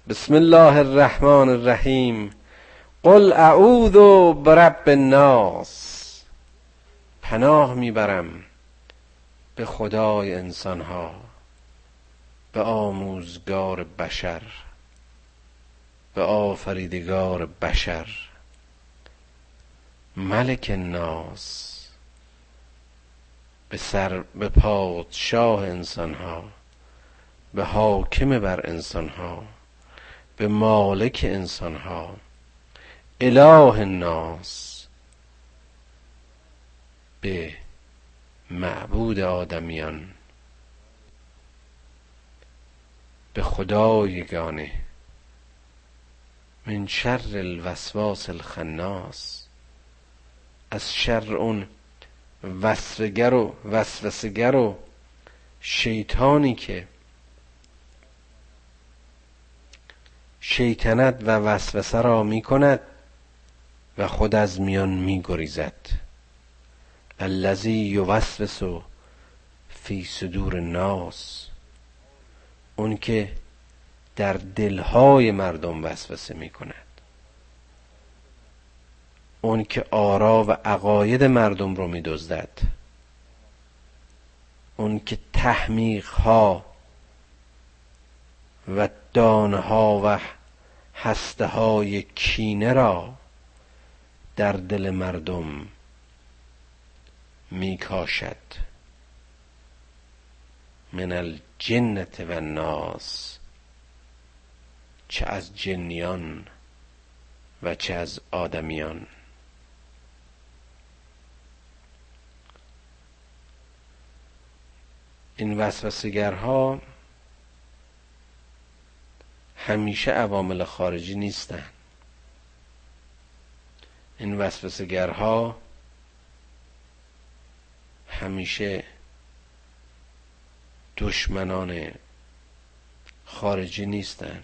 بسم الله الرحمن الرحیم. قل اعوذ برب الناس. پناه میبرم به خدای انسانها، به آموزگار بشر، به آفریدگار بشر، ملک الناس، به پادشاه انسانها، به حاکم بر انسانها، به مالک انسانها، اله الناس، به معبود آدمیان، به خدای یگانه، من شر الوسواس الخناس، از شر اون وسوسه‌گر و شیطانی که شیطنت و وسوسه را می کند و خود از میان می گریزد. الذی یوسوس فی صدور الناس، اون که در دلهای مردم وسوسه می کند، اون که آرا و عقاید مردم رو می دزدد، اون که تحمیق ها و دانه ها و هسته های کینه را در دل مردم می کاشد. من الجنة و الناس، چه از جنیان و چه از آدمیان. این وسوسه‌گرها همیشه عوامل خارجی نیستند. این وسوسه‌گرها همیشه دشمنان خارجی نیستند.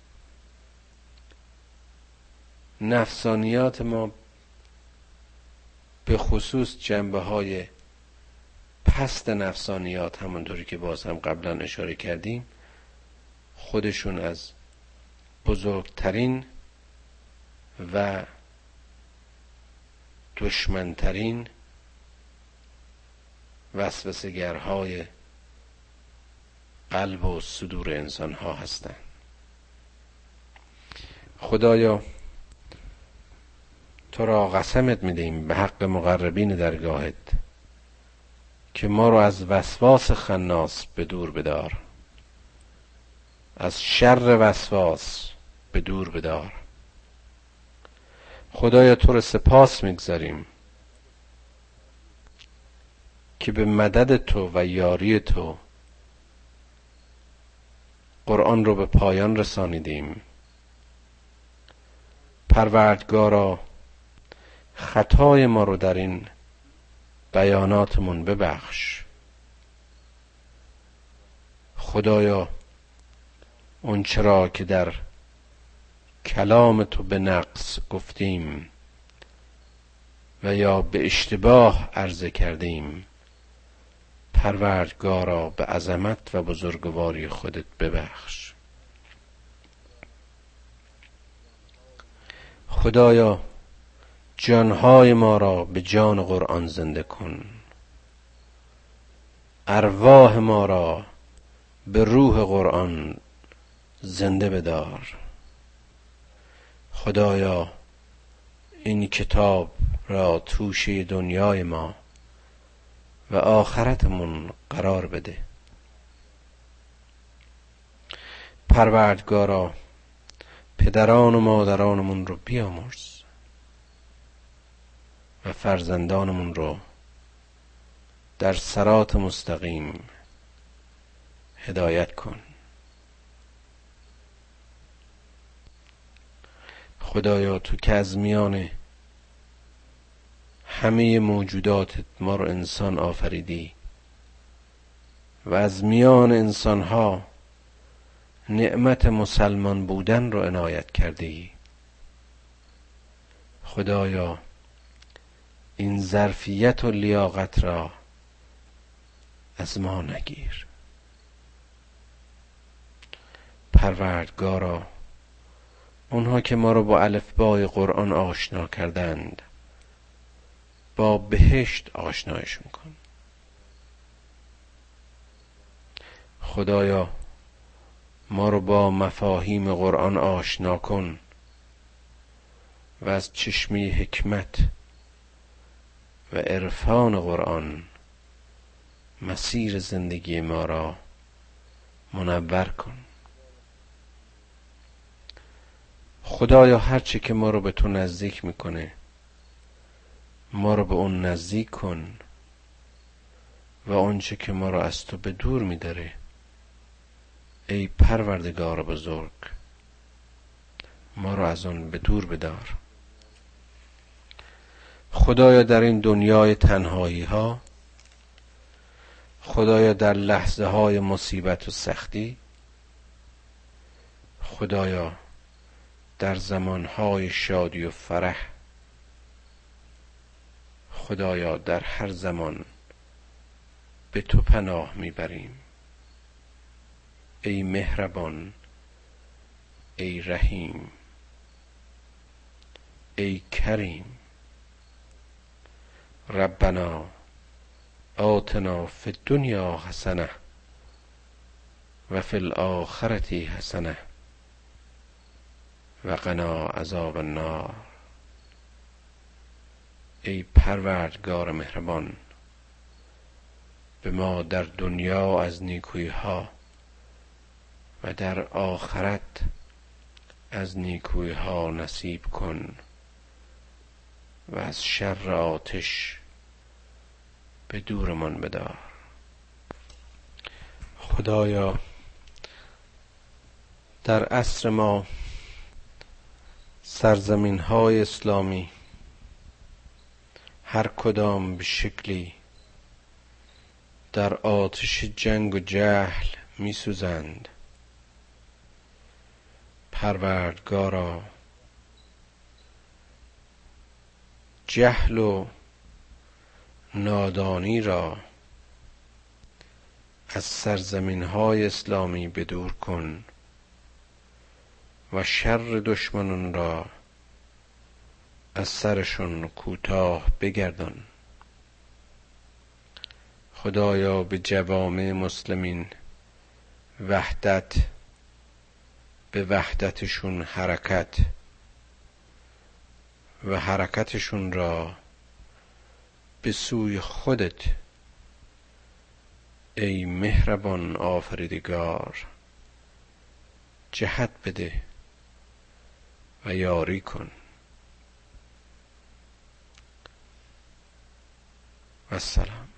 نفسانیات ما به خصوص جنبه‌های پست نفسانیات، همونطوری که باز هم قبلا اشاره کردیم، خودشون از بزرگترین و دشمنترین وسوسه‌گرهای قلب و صدور انسان ها هستند. خدایا تو را قسمت میدهیم به حق مقربین درگاهت که ما رو از وسواس خناس به دور بدار، از شر وسواس به دور بدار. خدایا تو رو سپاس میگذاریم که به مدد تو و یاری تو قرآن رو به پایان رسانیدیم. پروردگارا خطای ما رو در این بیاناتمون ببخش. خدایا اون چرا که در کلام تو به نقص گفتیم و یا به اشتباه عرضه کردیم، پروردگارا به عظمت و بزرگواری خودت ببخش. خدایا جانهای ما را به جان قرآن زنده کن، ارواح ما را به روح قرآن زنده بدار. خدایا این کتاب را توشه دنیای ما و آخرتمون قرار بده. پروردگارا پدران و مادرانمون رو بیامرز و فرزندانمون رو در صراط مستقیم هدایت کن. خدایا تو که از میان همه موجوداتت ما رو انسان آفریدی و از میان انسانها نعمت مسلمان بودن رو عنایت کردی. خدایا این ظرفیت و لیاقت را از ما نگیر. پروردگارا اونها که ما رو با الفبای قرآن آشنا کردند، با بهشت آشنایشون کن. خدایا ما رو با مفاهیم قرآن آشنا کن و از چشمه حکمت و عرفان قرآن مسیر زندگی ما را منور کن. خدایا هرچه که ما رو به تو نزدیک میکنه ما رو به اون نزدیک کن و آنچه که ما رو از تو به دور میداره ای پروردگار بزرگ ما رو از آن به دور بدار. خدایا در این دنیای تنهایی ها، خدایا در لحظه های مصیبت و سختی، خدایا در زمان های شادی و فرح، خدایا در هر زمان به تو پناه میبریم ای مهربان، ای رحیم، ای کریم. ربنا آتنا فی الدنیا حسنه و فی الآخرة حسنه و قنا عذاب النار. ای پروردگار مهربان به ما در دنیا از نیکویی ها و در آخرت از نیکویی ها نصیب کن و از شر آتش به دورمان بدار. خدایا در عصر ما سرزمین های اسلامی هر کدام به شکلی در آتش جنگ و جهل می سوزند. پروردگارا جهل و نادانی را از سرزمین های اسلامی بدور کن و شر دشمنان را از سرشون کوتاه بگردان. خدایا به جوامع مسلمین وحدت، به وحدتشون حرکت و حرکتشون را به سوی خودت ای مهربان آفریدگار جهت بده و یاری کن. و السلام.